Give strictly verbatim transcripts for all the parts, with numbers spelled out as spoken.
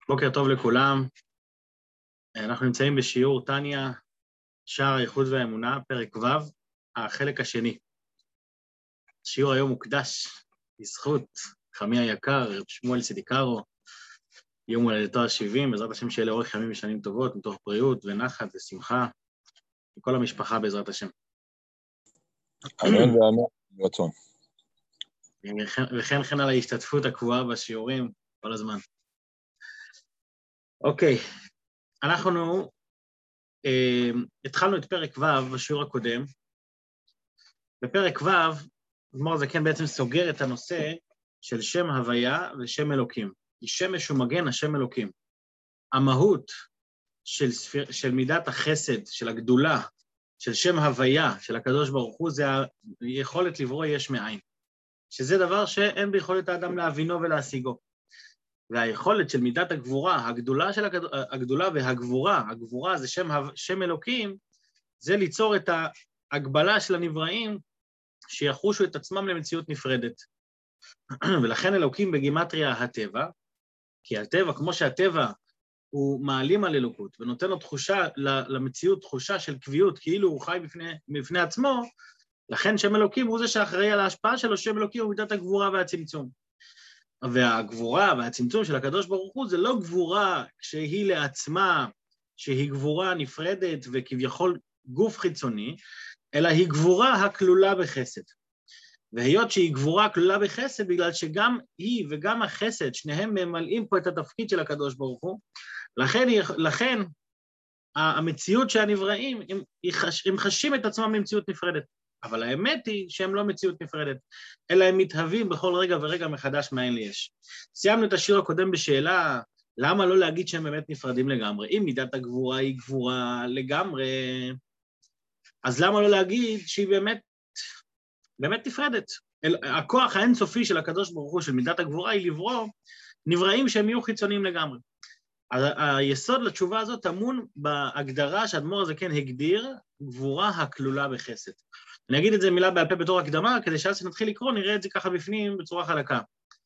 בוקר טוב לכולם. אנחנו נמצאים בשיעור תניה, שער הייחוד והאמונה, פרק ו', החלק השני. השיעור היום מוקדש לזכות חמי היקר, שמואל סידיקרו, יום הולדתו ה-שבעים, בעזרת השם שיהיה לאורך ימים ושנים טובות, מתוך בריאות ונחת ושמחה, וכל המשפחה בעזרת השם. אמן ואמן, רצון. וכן כן על ההשתתפות הקבועה בשיעורים כל הזמן. אוקיי, אנחנו אה, התחלנו את פרק ו' בשיעור הקודם. בפרק ו', אדמו"ר הזקן בעצם סוגר את הנושא של שם הוויה ושם אלוקים. שמש ומגן השם אלוקים. המהות של, ספיר, של מידת החסד, של הגדולה, של שם הוויה, של הקדוש ברוך הוא, זה היכולת לברוא יש מאין. שזה דבר שאין ביכולת האדם להבינו ולהשיגו. והיכולת של מידת הגבורה, הגדולה של הכד... הגדולה והגבורה, הגבורה זה שם, שם אלוקים, זה ליצור את ההגבלה של הנבראים שיחושו את עצמם למציאות נפרדת. ולכן אלוקים בגימטריה הטבע, כי הטבע, כמו שהטבע הוא מעלים על אלוקות ונותן לו תחושה למציאות, תחושה של קביעות, כאילו הוא חי בפני, בפני עצמו, לכן שם אלוקים הוא זה שאחראי על ההשפעה שלו, שם אלוקים הוא מידת הגבורה והצמצום. והגבורה והצמצום של הקדוש ברוך הוא זה לא גבורה שהיא לעצמה, שהיא גבורה נפרדת וכביכול גוף חיצוני, אלא היא גבורה הכלולה בחסד. והיות שהיא גבורה כלולה בחסד, בגלל שגם היא וגם החסד, שניהם ממלאים פה את התפקיד של הקדוש ברוך הוא, לכן, לכן המציאות שהנבראים, הם, הם חשים את עצמם למציאות נפרדת. אבל האמת היא שהם לא מציאות נפרדת, אלא הם מתהווים בכל רגע ורגע מחדש מאין ליש. סיימנו את השיר הקודם בשאלה, למה לא להגיד שהם באמת נפרדים לגמרי? אם מידת הגבורה היא גבורה לגמרי, אז למה לא להגיד שהיא באמת, באמת נפרדת? הכוח האינסופי של הקדוש ברוך הוא, של מידת הגבורה, היא לברוא נבראים שהם יהיו חיצוניים לגמרי. היסוד לתשובה הזאת טמון בהגדרה שהאדמו"ר הזקן הגדיר, גבורה הכלולה בחסד. אני אגיד את זה מילה בעל פה בתור הקדמה, כדי שאז נתחיל לקרוא, נראה את זה ככה בפנים בצורה חלקה.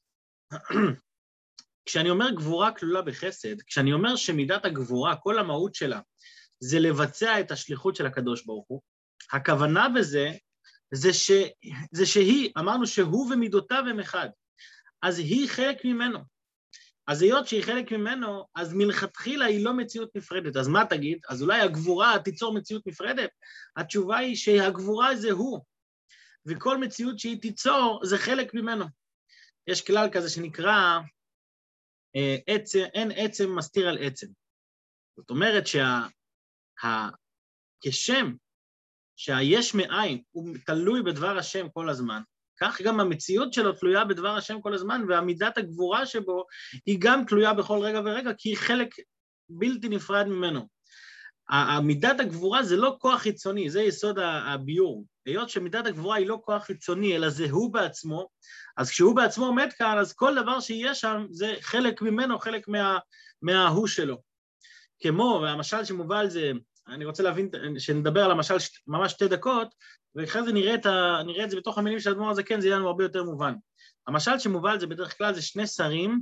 כשאני אומר גבורה כלולה בחסד, כשאני אומר שמידת הגבורה, כל המהות שלה, זה לבצע את השליחות של הקדוש ברוך הוא, הכוונה בזה, זה, ש, זה שהיא, אמרנו שהוא ומידותיו הם אחד, אז היא חלק ממנו. אז היות שהיא חלק ממנו, אז מלכתחילה היא לא מציאות נפרדת. אז מה תגיד? אז אולי הגבורה תיצור מציאות נפרדת? התשובה היא שהגבורה זה הוא, וכל מציאות שהיא תיצור זה חלק ממנו. יש כלל כזה שנקרא, אה, עצם, אין עצם מסתיר על עצם. זאת אומרת שה, ה, כשם שהיש מאין הוא תלוי בדבר השם כל הזמן, כך גם המציאות שלו תלויה בדבר השם כל הזמן, והמידת הגבורה שבו היא גם תלויה בכל רגע ורגע, כי היא חלק בלתי נפרד ממנו. המידת הגבורה זה לא כוח חיצוני, זה יסוד הביור. היות שמידת הגבורה היא לא כוח חיצוני, אלא זה הוא בעצמו, אז כשהוא בעצמו עומד כאן, אז כל דבר שיהיה שם זה חלק ממנו, חלק מה, מההוא שלו. כמו, והמשל שמובא על זה, אני רוצה להבין, שנדבר על המשל ממש שתי דקות, ואחרי זה נראה, ה, נראה את זה בתוך המילים של האדמו"ר הזקן, זה יהיה לנו הרבה יותר מובן. המשל שמובא על זה בדרך כלל זה שני שרים,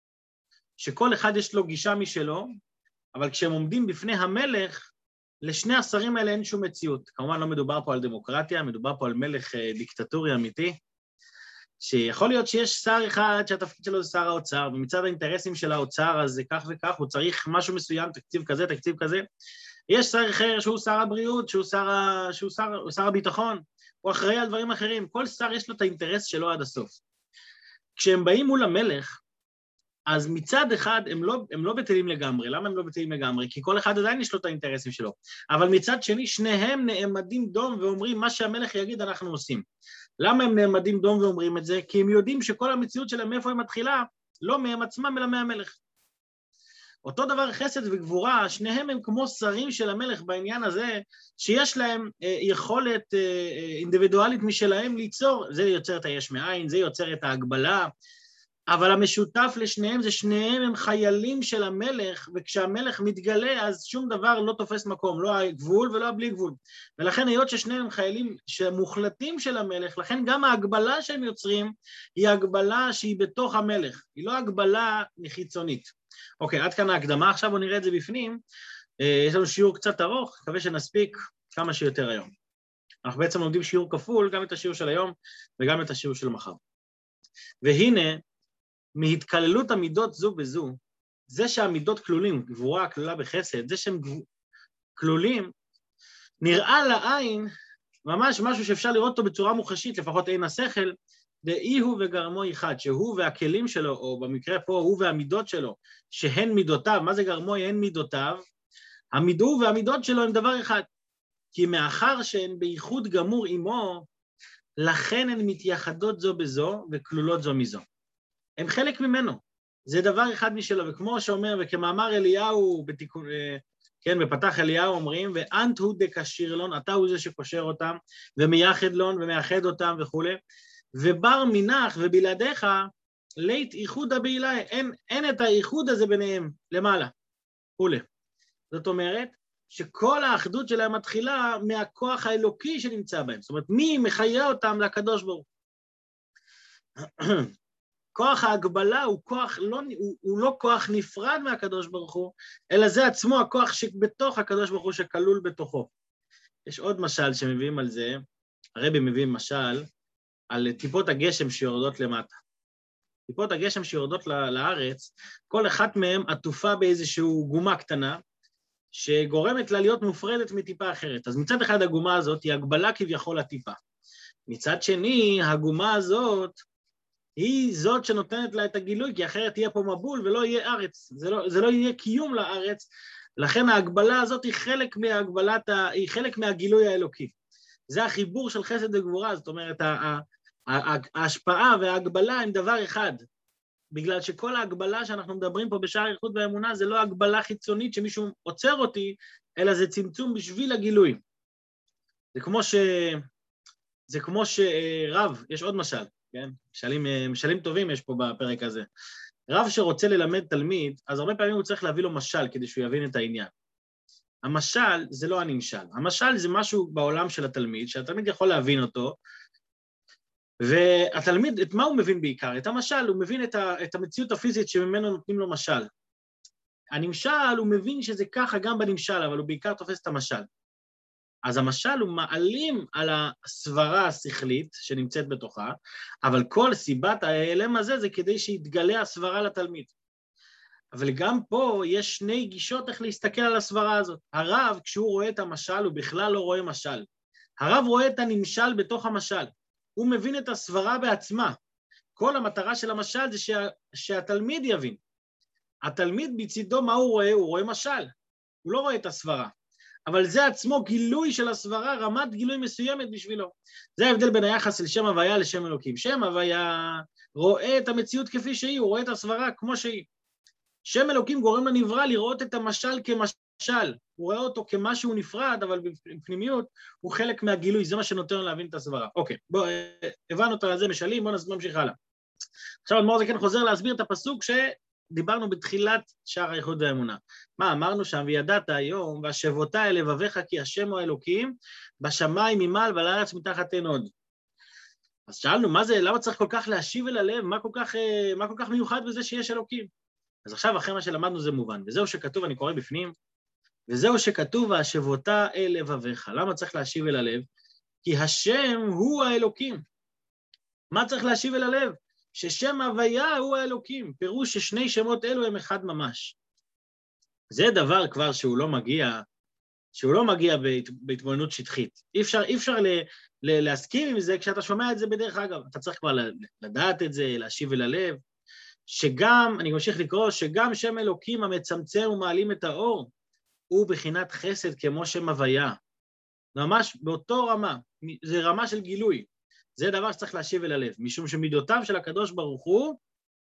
שכל אחד יש לו גישה משלו, אבל כשהם עומדים בפני המלך, לשני השרים האלה אין שום מציאות. כמובן לא מדובר פה על דמוקרטיה, מדובר פה על מלך דיקטטורי אמיתי, שיכול להיות שיש שר אחד שהתפקיד שלו זה שר האוצר, ומצד האינטרסים של האוצר אז זה כך וכך, הוא צריך משהו מסוים, תקציב כזה, תקציב כזה, יש שר אחר שהוא שר הבריאות, שהוא שר, שהוא שר, שהוא שר הביטחון, הוא אחראי על דברים אחרים, כל שר יש לו את האינטרס שלו עד הסוף. כשהם באים מול המלך, אז מצד אחד הם לא, הם לא בטלים לגמרי. למה הם לא בטלים לגמרי? כי כל אחד עדיין יש לו את האינטרסים שלו. אבל מצד שני, שניהם נעמדים דום ואומרים, מה שהמלך יגיד אנחנו עושים. למה הם נעמדים דום ואומרים את זה? כי הם יודעים שכל המציאות שלהם, מאיפה היא מתחילה, לא מהם עצמם אלא מהמלך. אותו דבר חסד וגבורה, שניהם הם כמו שרים של המלך בעניין הזה, שיש להם אה, יכולת אה, אינדיבידואלית משלהם ליצור, זה יוצר את היש מאין, זה יוצר את ההגבלה, אבל המשותף לשניהם זה שניהם הם חיילים של המלך, וכשהמלך מתגלה אז שום דבר לא תופס מקום, לא הגבול ולא הבלי גבול. ולכן היות ששניהם הם חיילים שמוחלטים של המלך, לכן גם ההגבלה שהם יוצרים היא הגבלה שהיא בתוך המלך, היא לא הגבלה חיצונית. אוקיי, עד כאן ההקדמה, עכשיו בואו נראה את זה בפנים. יש לנו שיעור קצת ארוך, מקווה שנספיק כמה שיותר היום. אנחנו בעצם לומדים שיעור כפול, גם את השיעור של היום וגם את השיעור של מחר. והנה, מהתקללות המידות זו בזו, זה שהמידות כלולים, גבורה כלולה בחסד, זה שהם כלולים, נראה לעין ממש משהו שאפשר לראות אותו בצורה מוחשית, לפחות אין השכל, דאי הוא וגרמו אחד, שהוא והכלים שלו, או במקרה פה הוא והמידות שלו, שהן מידותיו, מה זה גרמו? הן מידותיו, המידו והמידות שלו הם דבר אחד, כי מאחר שהן בייחוד גמור עמו, לכן הן מתייחדות זו בזו וכלולות זו מזו. הם חלק ממנו, זה דבר אחד משלו, וכמו שאומר, וכמאמר אליהו, בתיקון, כן, בפתח אליהו אומרים, ואנט הוא דקשיר לון, אתה הוא זה שקושר אותם, ומייחד לון, ומייחד אותם וכו', ובר מנח ובלעדיך, לית איחוד הבעילה, אין, אין את האיחוד הזה ביניהם, למעלה, וכו'. זאת אומרת, שכל האחדות שלהם מתחילה מהכוח האלוקי שנמצא בהם, זאת אומרת, מי מחיה אותם לקדוש ברוך הוא. כוח ההגבלה הוא כוח, לא, הוא, הוא לא כוח נפרד מהקדוש ברוך הוא, אלא זה עצמו הכוח שבתוך הקדוש ברוך הוא שכלול בתוכו. יש עוד משל שמביאים על זה, הרבי מביא משל על טיפות הגשם שיורדות למטה. טיפות הגשם שיורדות לארץ, כל אחת מהן עטופה באיזושהי גומה קטנה, שגורמת לה להיות מופרדת מטיפה אחרת. אז מצד אחד הגומה הזאת היא הגבלה כביכול לטיפה. מצד שני, הגומה הזאת, היא זאת שנותנת לה את הגילוי, כי אחרת תהיה פה מבול ולא יהיה ארץ, זה לא, זה לא יהיה קיום לארץ, לכן ההגבלה הזאת היא חלק מהגבלת, היא חלק מהגילוי האלוקי. זה החיבור של חסד וגבורה, זאת אומרת, ההשפעה וההגבלה הם דבר אחד, בגלל שכל ההגבלה שאנחנו מדברים פה בשער הייחוד והאמונה, זה לא הגבלה חיצונית שמישהו עוצר אותי, אלא זה צמצום בשביל הגילוי. זה כמו ש... זה כמו שרב, יש עוד משל, כן? משלים, משלים טובים יש פה בפרק הזה. רב שרוצה ללמד תלמיד, אז הרבה פעמים הוא צריך להביא לו משל כדי שהוא יבין את העניין. המשל זה לא הנמשל. המשל זה משהו בעולם של התלמיד, שהתלמיד יכול להבין אותו, והתלמיד, את מה הוא מבין בעיקר? את המשל, הוא מבין את, ה, את המציאות הפיזית שממנו נותנים לו משל. הנמשל, הוא מבין שזה ככה גם בנמשל, אבל הוא בעיקר תופס את המשל. אז המשל הוא מעלים על הסברה השכלית שנמצאת בתוכה, אבל כל סיבת ההיעלם הזה זה כדי שיתגלה הסברה לתלמיד. אבל גם פה יש שני גישות איך להסתכל על הסברה הזאת. הרב, כשהוא רואה את המשל, הוא בכלל לא רואה משל. הרב רואה את הנמשל בתוך המשל. הוא מבין את הסברה בעצמה. כל המטרה של המשל זה שה, שהתלמיד יבין. התלמיד בצידו, מה הוא רואה? הוא רואה משל. הוא לא רואה את הסברה. אבל זה עצמו גילוי של הסברה, רמת גילוי מסוימת בשבילו. זה ההבדל בין היחס של שם הוויה לשם אלוקים. שם הוויה רואה את המציאות כפי שהיא, הוא רואה את הסברה כמו שהיא. שם אלוקים גורם לנברא לראות את המשל כמשל. הוא רואה אותו כמשהו נפרד, אבל בפנימיות הוא חלק מהגילוי, זה מה שנותן לו להבין את הסברה. אוקיי, בואו, הבנו את זה משלים, בואו נמשיך הלאה. עכשיו אדמו"ר זקן חוזר להסביר את הפסוק שדיברנו בתחילת שער הייחוד והאמונה. מה אמרנו שם? וידעת היום, והשבות אל לבביך כי השם הוא האלוקים, בשמיים ממעל ועל הארץ מתחת אין עוד. אז שאלנו, מה זה, למה צריך כל כך להשיב אל הלב? מה כל כך, מה כל כך מיוחד בזה שיש אלוקים? אז עכשיו אחרי מה שלמדנו זה מובן, וזהו שכתוב, אני קורא בפנים, וזהו שכתוב, והשבותה אל לבביך. למה צריך להשיב אל הלב? כי השם הוא האלוקים. מה צריך להשיב אל הלב? ששם הוויה הוא האלוקים. פירוש ששני שמות אלו הם אחד ממש. זה דבר כבר שהוא לא מגיע, שהוא לא מגיע בהת, בהתבוננות שטחית. אי אפשר, אי אפשר ל, ל, להסכים עם זה כשאתה שומע את זה בדרך אגב. אתה צריך כבר לדעת את זה, להשיב אל הלב. שגם, אני ממשיך לקרוא, שגם שם אלוקים המצמצם ומעלים את האור, הוא בחינת חסד כמו שם הוויה. ממש באותו רמה, זה רמה של גילוי. זה דבר שצריך להשיב אל הלב, משום שמידותיו של הקדוש ברוך הוא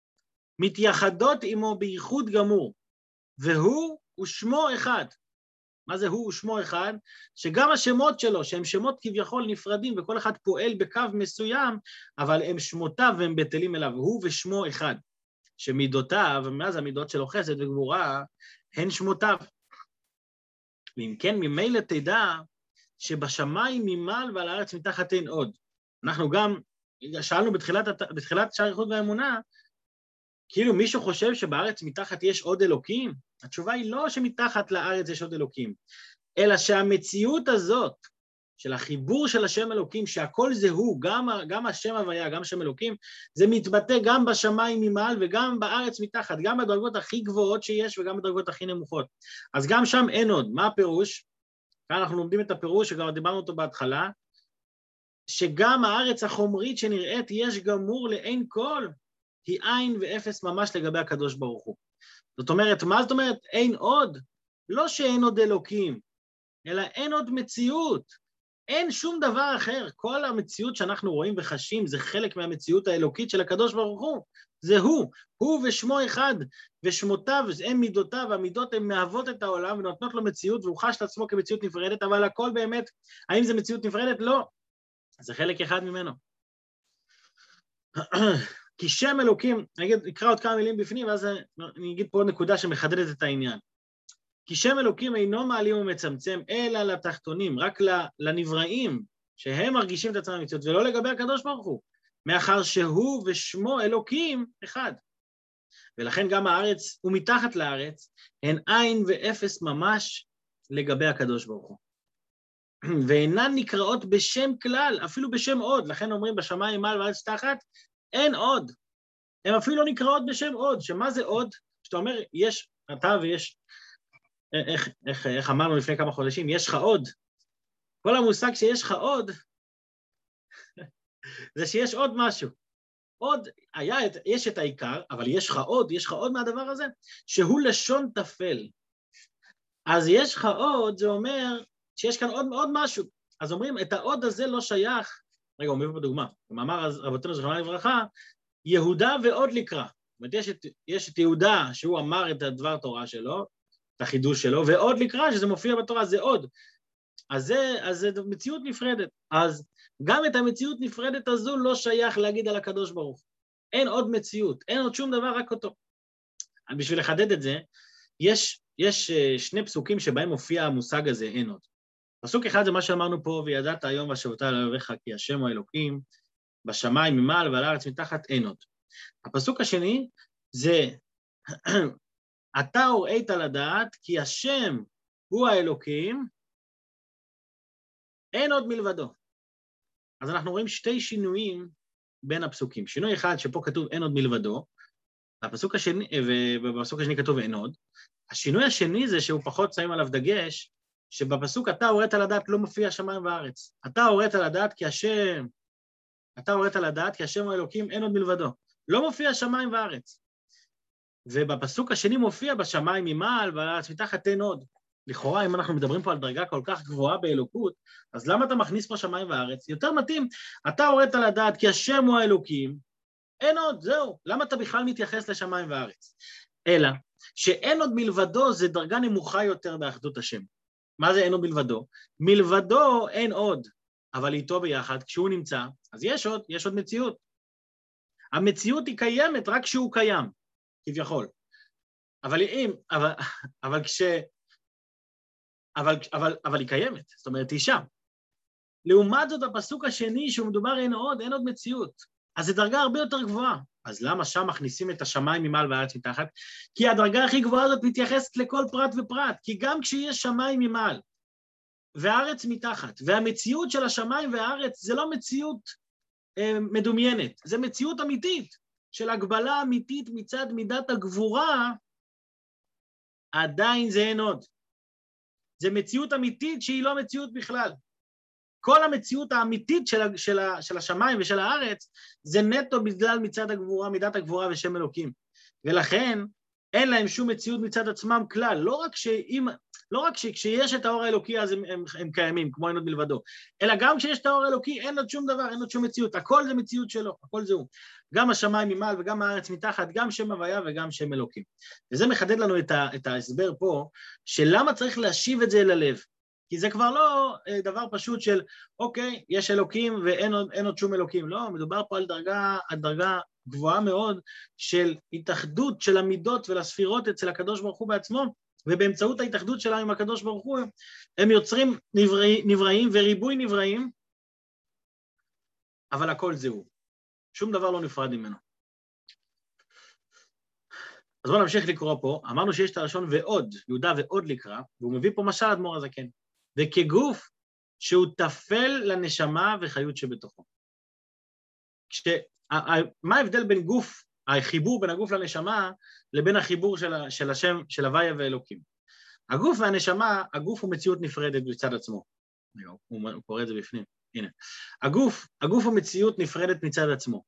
מתייחדות עמו בייחוד גמור, והוא ושמו אחד. מה זה הוא ושמו אחד? שגם השמות שלו, שהם שמות כביכול נפרדים, וכל אחד פועל בקו מסוים, אבל הם שמותיו והם בטלים אליו, הוא ושמו אחד. שמידותיו, מה זה המידות שלו חסד וגבורה, הן שמותיו. ואם כן, ממילא תדע שבשמיים ממעל ועל הארץ מתחת אין עוד. אנחנו גם שאלנו בתחילת, בתחילת שער האיחוד והאמונה, כאילו מישהו חושב שבארץ מתחת יש עוד אלוקים? התשובה היא לא שמתחת לארץ יש עוד אלוקים, אלא שהמציאות הזאת, של החיבור של השם אלוקים, שהכל זה הוא, גם, גם השם הוויה, גם השם אלוקים, זה מתבטא גם בשמיים ממעל וגם בארץ מתחת, גם בדרגות הכי גבוהות שיש וגם בדרגות הכי נמוכות. אז גם שם אין עוד. מה הפירוש? כאן אנחנו לומדים את הפירוש שכבר דיברנו אותו בהתחלה, שגם הארץ החומרית שנראית יש גמור לאין כל, היא עין ואפס ממש לגבי הקדוש ברוך הוא. זאת אומרת, מה זאת אומרת אין עוד? לא שאין עוד אלוקים, אלא אין עוד מציאות. אין שום דבר אחר. כל המציאות שאנחנו רואים וחשים זה חלק מהמציאות האלוקית של הקדוש ברוך הוא. זה הוא, הוא ושמו אחד, ושמותיו הם מידותיו, המידות הן מהוות את העולם ונותנות לו מציאות, והוא חש את עצמו כמציאות נפרדת, אבל הכל באמת, האם זה מציאות נפרדת? לא. זה חלק אחד ממנו. כי שם אלוקים, אני אגיד, אקרא עוד כמה מילים בפנים, ואז אני אגיד פה עוד נקודה שמחדדת את העניין. כי שם אלוקים אינו מעלים ומצמצם, אלא לתחתונים, רק לנבראים, שהם מרגישים את עצמם המציאות, ולא לגבי הקדוש ברוך הוא, מאחר שהוא ושמו אלוקים אחד. ולכן גם הארץ ומתחת לארץ, הן עין ואפס ממש לגבי הקדוש ברוך הוא. ואינן נקראות בשם כלל, אפילו בשם עוד, לכן אומרים בשמיים מעל וארץ תחת, אין עוד. הן אפילו לא נקראות בשם עוד, שמה זה עוד? שאתה אומר, יש, אתה ויש, איך, איך, איך אמרנו לפני כמה חודשים, יש לך עוד. כל המושג שיש לך עוד, זה שיש עוד משהו. עוד, היה, יש את העיקר, אבל יש לך עוד, יש לך עוד מהדבר הזה, שהוא לשון תפל. אז יש לך עוד, זה אומר שיש כאן עוד, עוד משהו. אז אומרים, את העוד הזה לא שייך, רגע, הוא מביא פה דוגמה, במאמר רבותינו זכרונה לברכה, יהודה ועוד לקרא. זאת אומרת, יש את, יש את יהודה שהוא אמר את הדבר תורה שלו, את החידוש שלו, ועוד לקרא, שזה מופיע בתורה, זה עוד. אז זה, אז זה מציאות נפרדת. אז גם את המציאות נפרדת הזו לא שייך להגיד על הקדוש ברוך. אין עוד מציאות, אין עוד שום דבר, רק אותו. בשביל לחדד את זה, יש, יש שני פסוקים שבהם מופיע המושג הזה, אין עוד. פסוק אחד זה מה שאמרנו פה, וידעת היום ושבת על אלוהיך כי השם הוא אלוקים, בשמיים ממעל ועל הארץ מתחת אין עוד. הפסוק השני זה, אתה הוראית לדעת כי השם הוא האלוקים, אין עוד מלבדו. אז אנחנו רואים שתי שינויים בין הפסוקים. שינוי אחד שפה כתוב אין עוד מלבדו, והפסוק השני, ובפסוק השני כתוב אין עוד. השינוי השני זה שהוא פחות שמים עליו דגש, שבפסוק אתה הורית לדעת לא מופיע שמיים וארץ. אתה הורית לדעת כי השם, אתה הורית לדעת כי השם הוא אלוקים, אין עוד מלבדו. לא מופיע שמיים וארץ. ובפסוק השני מופיע בשמיים ממעל והארץ מתחת אין עוד. לכאורה, אם אנחנו מדברים פה על דרגה כל כך גבוהה באלוקות, אז למה אתה מכניס פה שמיים וארץ? יותר מתאים, אתה הורית לדעת כי השם הוא האלוקים, אין עוד, זהו. למה אתה בכלל מתייחס לשמיים וארץ? אלא שאין עוד מלבדו זה דרגה נמוכה יותר באחדות השם. מה זה אין עוד מלבדו? מלבדו אין עוד, אבל איתו ביחד, כשהוא נמצא, אז יש עוד, יש עוד מציאות. המציאות היא קיימת רק כשהוא קיים, כביכול. אבל אם, אבל, אבל כש... אבל, אבל, אבל היא קיימת, זאת אומרת, היא שם. לעומת זאת, הפסוק השני, שהוא מדובר אין עוד, אין עוד מציאות. אז זו דרגה הרבה יותר גבוהה. אז למה שם מכניסים את השמיים ממעל והארץ מתחת? כי הדרגה הכי גבוהה הזאת מתייחסת לכל פרט ופרט, כי גם כשיש שמיים ממעל והארץ מתחת, והמציאות של השמיים והארץ זה לא מציאות אה, מדומיינת, זה מציאות אמיתית, של הגבלה אמיתית מצד מידת הגבורה, עדיין זה אין עוד. זה מציאות אמיתית שהיא לא מציאות בכלל. כל המציאות האמיתית של, של, של השמיים ושל הארץ, זה נטו בגלל מצד הגבורה, מידת הגבורה ושם אלוקים. ולכן, אין להם שום מציאות מצד עצמם כלל. לא רק, שאם, לא רק שכשיש את האור האלוקי, אז הם, הם, הם קיימים, כמו אין עוד מלבדו. אלא גם כשיש את האור האלוקי, אין עוד שום דבר, אין עוד שום מציאות. הכל זה מציאות שלו, הכל זה הוא. גם השמיים ממעל וגם הארץ מתחת, גם שם הוויה וגם שם אלוקים. וזה מחדד לנו את, ה, את ההסבר פה, שלמה צריך להשיב את זה אל הלב. כי זה כבר לא דבר פשוט של, אוקיי, יש אלוקים ואין עוד, אין עוד שום אלוקים. לא, מדובר פה על דרגה, על דרגה גבוהה מאוד של התאחדות של המידות ולספירות אצל הקדוש ברוך הוא בעצמו, ובאמצעות ההתאחדות שלהם עם הקדוש ברוך הוא, הם יוצרים נברא, נבראים וריבוי נבראים, אבל הכל זהו. שום דבר לא נפרד ממנו. אז בואו נמשיך לקרוא פה. אמרנו שיש את הלשון ועוד, יהודה ועוד לקרא, והוא מביא פה משל אדמו"ר הזקן. וכגוף שהוא תפל לנשמה וחיות שבתוכו. כש... מה ההבדל בין גוף, החיבור בין הגוף לנשמה, לבין החיבור של, ה... של השם, של הוויה ואלוקים? הגוף והנשמה, הגוף הוא מציאות נפרדת בצד עצמו. הוא קורא את זה בפנים. הנה. הגוף, הגוף הוא מציאות נפרדת מצד עצמו.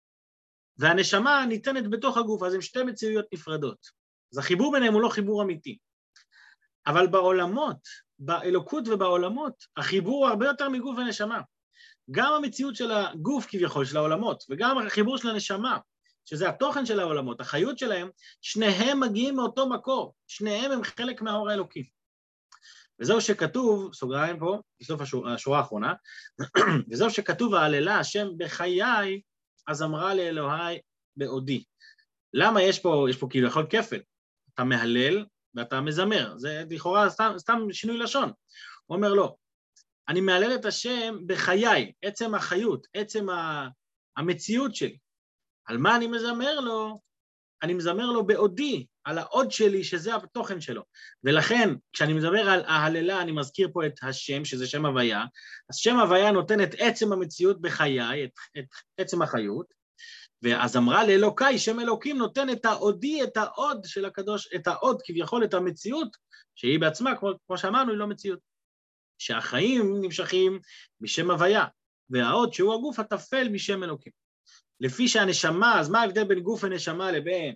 והנשמה ניתנת בתוך הגוף, אז הם שתי מציאויות נפרדות. אז החיבור ביניהם הוא לא חיבור אמיתי. אבל בעולמות, באלוקות ובעולמות, החיבור הוא הרבה יותר מגוף ונשמה. גם המציאות של הגוף כביכול, של העולמות, וגם החיבור של הנשמה, שזה התוכן של העולמות, החיות שלהם, שניהם מגיעים מאותו מקור, שניהם הם חלק מהאור האלוקי. וזהו שכתוב, סוגריים פה, בסוף השורה, השורה האחרונה, וזהו שכתוב, העללה השם בחיי, אז אמרה לאלוהי בעודי. למה יש פה, יש פה כאילו יכול כפל? אתה מהלל ואתה מזמר, זה לכאורה סתם, סתם שינוי לשון. הוא אומר לא, אני מהלל את השם בחיי, עצם החיות, עצם המציאות שלי. על מה אני מזמר לו? אני מזמר לו בעודי, על העוד שלי, שזה התוכן שלו. ולכן, כשאני מדבר על ההללה, אני מזכיר פה את השם, שזה שם הוויה, אז שם הוויה נותן את עצם המציאות בחיי, את, את עצם החיות, ואז אמרה לאלוקי, שם אלוקים נותן את העודי, את העוד של הקדוש, את העוד, כביכול את המציאות, שהיא בעצמה, כמו, כמו שאמרנו, היא לא מציאות. שהחיים נמשכים משם הוויה, והעוד שהוא הגוף התפל משם אלוקים. לפי שהנשמה, אז מה ההבדל בין גוף ונשמה לבין,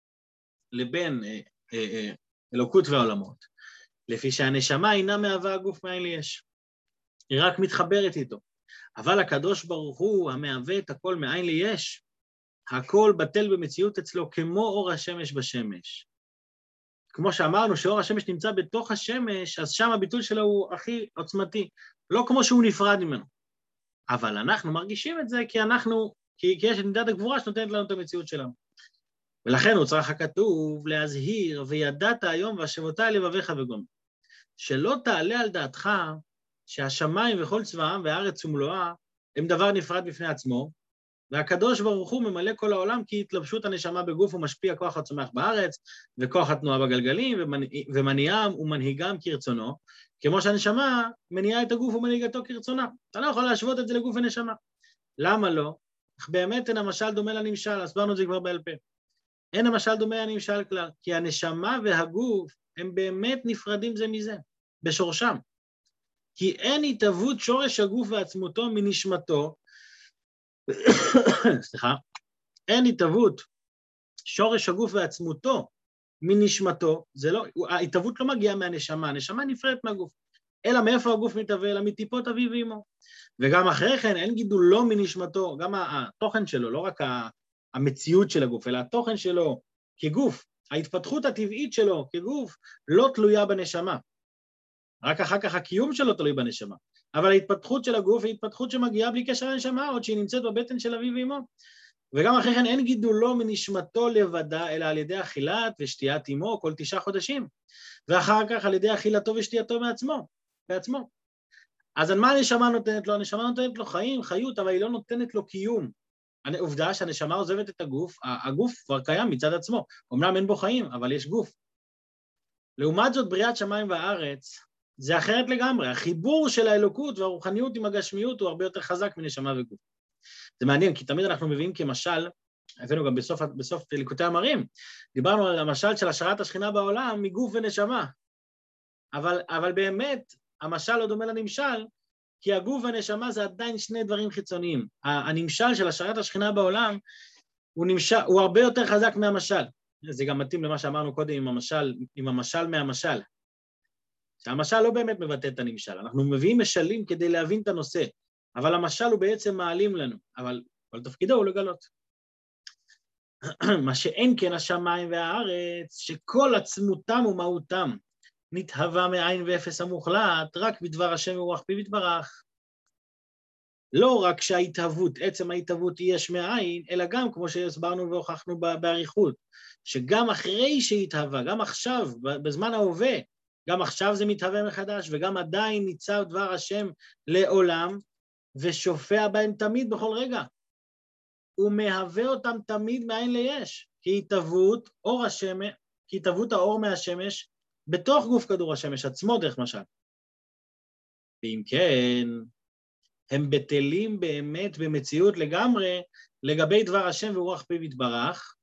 לבין אה, אה, אה, אלוקות והעולמות? לפי שהנשמה אינה מהווה הגוף מאין לי יש. היא רק מתחברת איתו. אבל הקדוש ברוך הוא המהווה את הכל מאין לי יש, הכל בטל במציאות אצלו כמו אור השמש בשמש. כמו שאמרנו שאור השמש נמצא בתוך השמש, אז שם הביטול שלו הוא הכי עוצמתי, לא כמו שהוא נפרד ממנו. אבל אנחנו מרגישים את זה כי אנחנו, כי, כי יש את מידת הגבורה שנותנת לנו את המציאות שלנו. ולכן הוא צריך הכתוב להזהיר, וידעת היום והשבותה אל לבביך וגומר. שלא תעלה על דעתך שהשמיים וכל צבאם והארץ ומלואה הם דבר נפרד בפני עצמו, והקדוש ברוך הוא ממלא כל העולם כי התלבשות הנשמה בגוף ומשפיע כוח הצומח בארץ, וכוח התנועה בגלגלים, ומניעם ומנהיגם כרצונו, כמו שהנשמה מניעה את הגוף ומנהיגתו כרצונה. אתה לא יכול להשוות את זה לגוף ונשמה. למה לא? אך באמת אין המשל דומה לנמשל, הסברנו את זה כבר בעל פה. אין המשל דומה לנמשל כלל, כי הנשמה והגוף הם באמת נפרדים זה מזה, בשורשם. כי אין התהוות שורש הגוף ועצמותו מנשמתו, סליחה, אין התהוות שורש הגוף ועצמותו מנשמתו, זה לא, ההתהוות לא מגיעה מהנשמה, הנשמה נפרדת מהגוף, אלא מאיפה הגוף מתהווה, אלא מטיפות אביו ואמו. וגם אחרי כן אין גידול לא מנשמתו, גם התוכן שלו, לא רק המציאות של הגוף, אלא התוכן שלו כגוף, ההתפתחות הטבעית שלו כגוף לא תלויה בנשמה. רק אחר כך הקיום שלו תלוי בנשמה. אבל ההתפתחות של הגוף היא התפתחות שמגיעה בלי קשר לנשמה, עוד שהיא נמצאת בבטן של אביו ואמו. וגם אחרי כן אין גידולו מנשמתו לבדה, אלא על ידי אכילת ושתיית אמו כל תשעה חודשים. ואחר כך על ידי אכילתו ושתייתו מעצמו, בעצמו. אז על מה הנשמה נותנת לו? הנשמה נותנת לו חיים, חיות, אבל היא לא נותנת לו קיום. העובדה שהנשמה עוזבת את הגוף, הגוף כבר קיים מצד עצמו. אומנם אין בו חיים, אבל יש גוף. לעומת זאת, בריאת שמיים והארץ, זה אחרת לגמרי. החיבור של האלוקות והרוחניות עם הגשמיות הוא הרבה יותר חזק מנשמה וגוף. זה מעניין, כי תמיד אנחנו מביאים כמשל, הבאנו גם בסוף, בסוף ליקוטי המרים, דיברנו על המשל של השארת השכינה בעולם מגוף ונשמה. אבל, אבל באמת, המשל לא דומה לנמשל, כי הגוף והנשמה זה עדיין שני דברים חיצוניים. הנמשל של השארת השכינה בעולם הוא, נמשל, הוא הרבה יותר חזק מהמשל. זה גם מתאים למה שאמרנו קודם עם המשל, עם המשל מהמשל. שהמשל לא באמת מבטא את הנמשל. אנחנו מביאים משלים כדי להבין את הנושא, אבל המשל הוא בעצם מעלים לנו, אבל כל תפקידו הוא לגלות. מה שאין כן השמיים והארץ, שכל עצמותם ומהותם נתהווה מעין ואפס המוחלט, רק בדבר השם ורוח פיו יתברך. לא רק שההתהוות, עצם ההתהוות היא יש מאין, אלא גם, כמו שהסברנו והוכחנו באריכות, שגם אחרי שהתהווה, גם עכשיו, בזמן ההווה, גם עכשיו זה מתהווה מחדש, וגם עדיין ניצב דבר השם לעולם, ושופע בהם תמיד בכל רגע. הוא מהווה אותם תמיד מאין ליש, כי התהוות אור השמש, כי התהוות האור מהשמש, בתוך גוף כדור השמש עצמו דרך משל. ואם כן, הם בטלים באמת במציאות לגמרי, לגבי דבר השם ורוח פיו יתברך,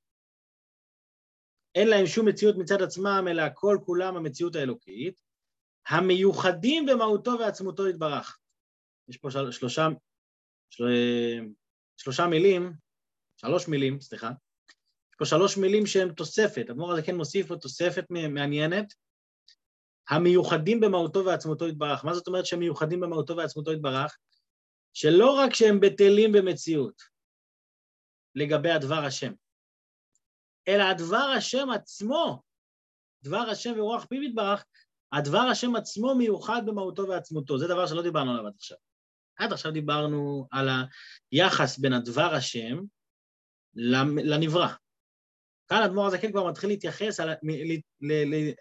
אין להם שום מציאות מצד עצמם, אלא כל כולם המציאות האלוקית, המיוחדים במהותו ועצמותו יתברך. יש פה של, שלושה, של, שלושה מילים, שלוש מילים, סליחה, יש פה שלוש מילים שהן תוספת, אדמו"ר הזקן מוסיף פה תוספת מעניינת, המיוחדים במהותו ועצמותו יתברך. מה זאת אומרת שהם מיוחדים במהותו ועצמותו יתברך? שלא רק שהם בטלים במציאות לגבי הדבר השם, אלא הדבר השם עצמו, דבר השם ורוח פיו יתברך, הדבר השם עצמו מיוחד במהותו ועצמותו. זה דבר שלא דיברנו עליו עד עכשיו. עד עכשיו דיברנו על היחס בין הדבר השם לנברא. כאן אדמו"ר הזקן כבר מתחיל להתייחס, על, ל, ל, ל,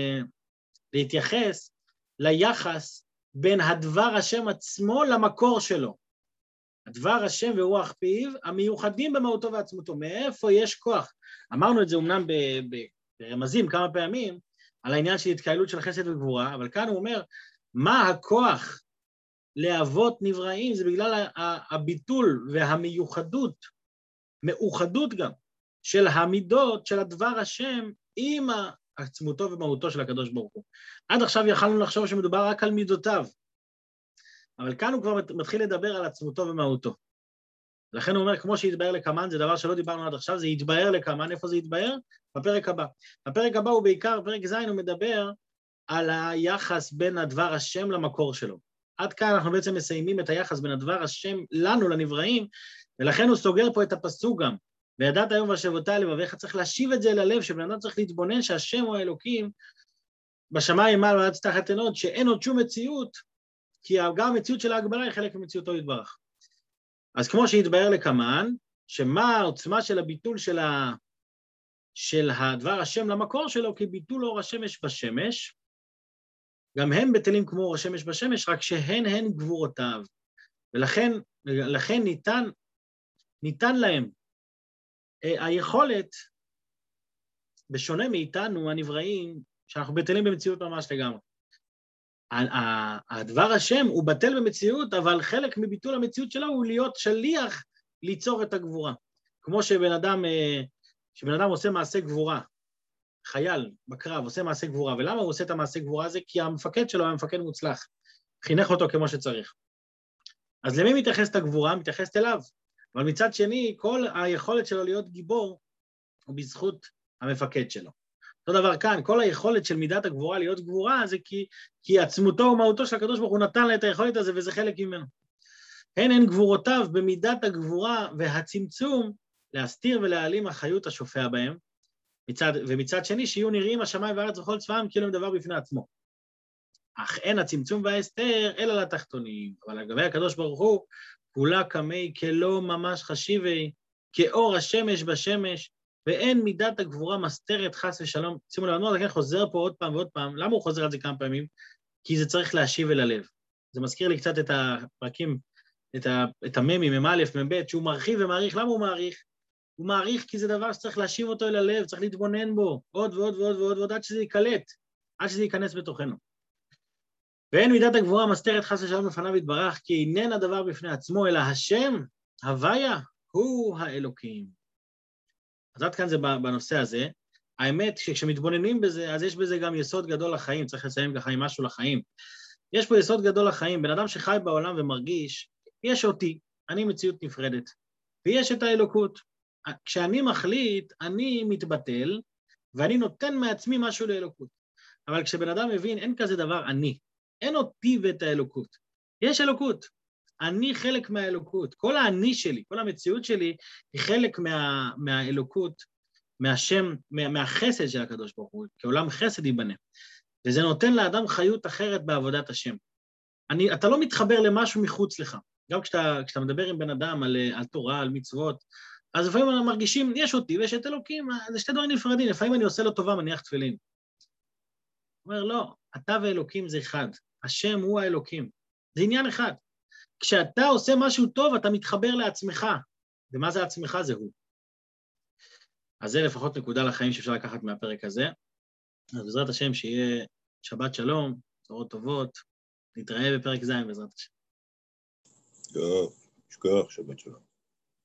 להתייחס ליחס בין הדבר השם עצמו למקור שלו. הדבר השם ורוח פיו המיוחדים במהותו ועצמותו. מאיפה יש כוח? אמרנו את זה אומנם ברמזים כמה פעמים, על העניין של התקהלות של חסד וגבורה, אבל כאן הוא אומר, מה הכוח לאבות נבראים? זה בגלל הביטול והמיוחדות, מאוחדות גם, של המידות של הדבר השם עם עצמותו ומהותו של הקדוש ברוך הוא. עד עכשיו יכלנו לחשוב שמדובר רק על מידותיו, אבל כאן הוא כבר מתחיל לדבר על עצמותו ומהותו. לכן הוא אומר, כמו שהתבהר לקמן, זה דבר שלא דיברנו עד עכשיו, זה יתבהר לקמן. איפה זה יתבהר? בפרק הבא. הפרק הבא הוא בעיקר, פרק ז' הוא מדבר על היחס בין הדבר השם למקור שלו. עד כאן אנחנו בעצם מסיימים את היחס בין הדבר השם לנו, לנבראים, ולכן הוא סוגר פה את הפסוק גם. וידעת היום והשבותי לבביך, צריך להשיב את זה אל הלב, שבן אדם צריך להתבונן שהשם הוא האלוקים, בשמיים מעל ועד תחת עינות, שאין עוד שום מציאות, כי גם המציאות של ההגבלה היא חלק ממציאותו יתברך. אז כמו שהתבהר לקמן, שמה העוצמה של הביטול של, ה... של הדבר השם למקור שלו, כי ביטול אור השמש בשמש, גם הם בטלים כמו אור השמש בשמש, רק שהן הן גבורותיו. ולכן לכן ניתן, ניתן להם אה, היכולת, בשונה מאיתנו, הנבראים, שאנחנו בטלים במציאות ממש לגמרי. הדבר השם הוא בטל במציאות, אבל חלק מביטול המציאות שלו הוא להיות שליח ליצור את הגבורה. כמו שבן אדם, שבן אדם עושה מעשה גבורה, חייל בקרב עושה מעשה גבורה, ולמה הוא עושה את המעשה גבורה הזה? כי המפקד שלו היה מפקד מוצלח, חינך אותו כמו שצריך. אז למי מתייחסת הגבורה? מתייחסת אליו. אבל מצד שני, כל היכולת שלו להיות גיבור הוא בזכות המפקד שלו. אותו דבר כאן, כל היכולת של מידת הגבורה להיות גבורה, זה כי, כי עצמותו ומהותו של הקדוש ברוך הוא נתן לה את היכולת הזה, וזה חלק ממנו. הן הן גבורותיו במידת הגבורה והצמצום, להסתיר ולהעלים החיות השופע בהם, מצד, ומצד שני, שיהיו נראים השמיים והארץ וכל צבאם, כאילו הם דבר בפני עצמו. אך אין הצמצום וההסתר, אלא לתחתונים. אבל לגבי הקדוש ברוך הוא, כולה כמי כלא ממש חשיבי, כאור השמש בשמש, ואין מידת הגבורה מסתרת חס ושלום. שימו לב, אדמו"ר הזקן חוזר פה עוד פעם ועוד פעם. למה הוא חוזר על זה כמה פעמים? כי זה צריך להשיב אל הלב. זה מזכיר לי קצת את הפרקים, את, ה, את הממים, מם א', מם ב', שהוא מרחיב ומעריך. למה הוא מעריך? הוא מעריך כי זה דבר שצריך להשיב אותו אל הלב, צריך להתבונן בו, עוד ועוד ועוד ועוד ועוד, עד שזה ייקלט, עד שזה ייכנס בתוכנו. ואין מידת הגבורה מסתרת חס ושלום לפניו יתברך, כי אינן הדבר בפני עצמו, אלא השם, הוויה, הוא האלוקים. אז עד כאן זה בנושא הזה. האמת שכשמתבוננים בזה, אז יש בזה גם יסוד גדול לחיים, צריך לסיים ככה עם משהו לחיים. יש פה יסוד גדול לחיים, בן אדם שחי בעולם ומרגיש, יש אותי, אני מציאות נפרדת, ויש את האלוקות. כשאני מחליט, אני מתבטל, ואני נותן מעצמי משהו לאלוקות. אבל כשבן אדם מבין, אין כזה דבר אני, אין אותי ואת האלוקות. יש אלוקות, אני חלק מהאלוקות. כל האני שלי, כל המציאות שלי, היא חלק מה, מהאלוקות, מהשם, מה, מהחסד של הקדוש ברוך הוא, כעולם חסד ייבנה. וזה נותן לאדם חיות אחרת בעבודת השם. אני, אתה לא מתחבר למשהו מחוץ לך, גם כשאתה, כשאתה מדבר עם בן אדם על, על תורה, על מצוות, אז לפעמים אנחנו מרגישים, יש אותי ויש את אלוקים, זה שתי דברים נפרדים, לפעמים אני עושה לו טובה, מניח תפילין. הוא אומר, לא, אתה ואלוקים זה אחד, השם הוא האלוקים, זה עניין אחד. כשאתה עושה משהו טוב, אתה מתחבר לעצמך, ומה זה עצמך? זה הוא. אז זה לפחות נקודה לחיים שאפשר לקחת מהפרק הזה. אז בעזרת השם שיהיה שבת שלום, בשורות טובות, נתראה בפרק ז' בעזרת השם. טוב, שכוח, שבת שלום.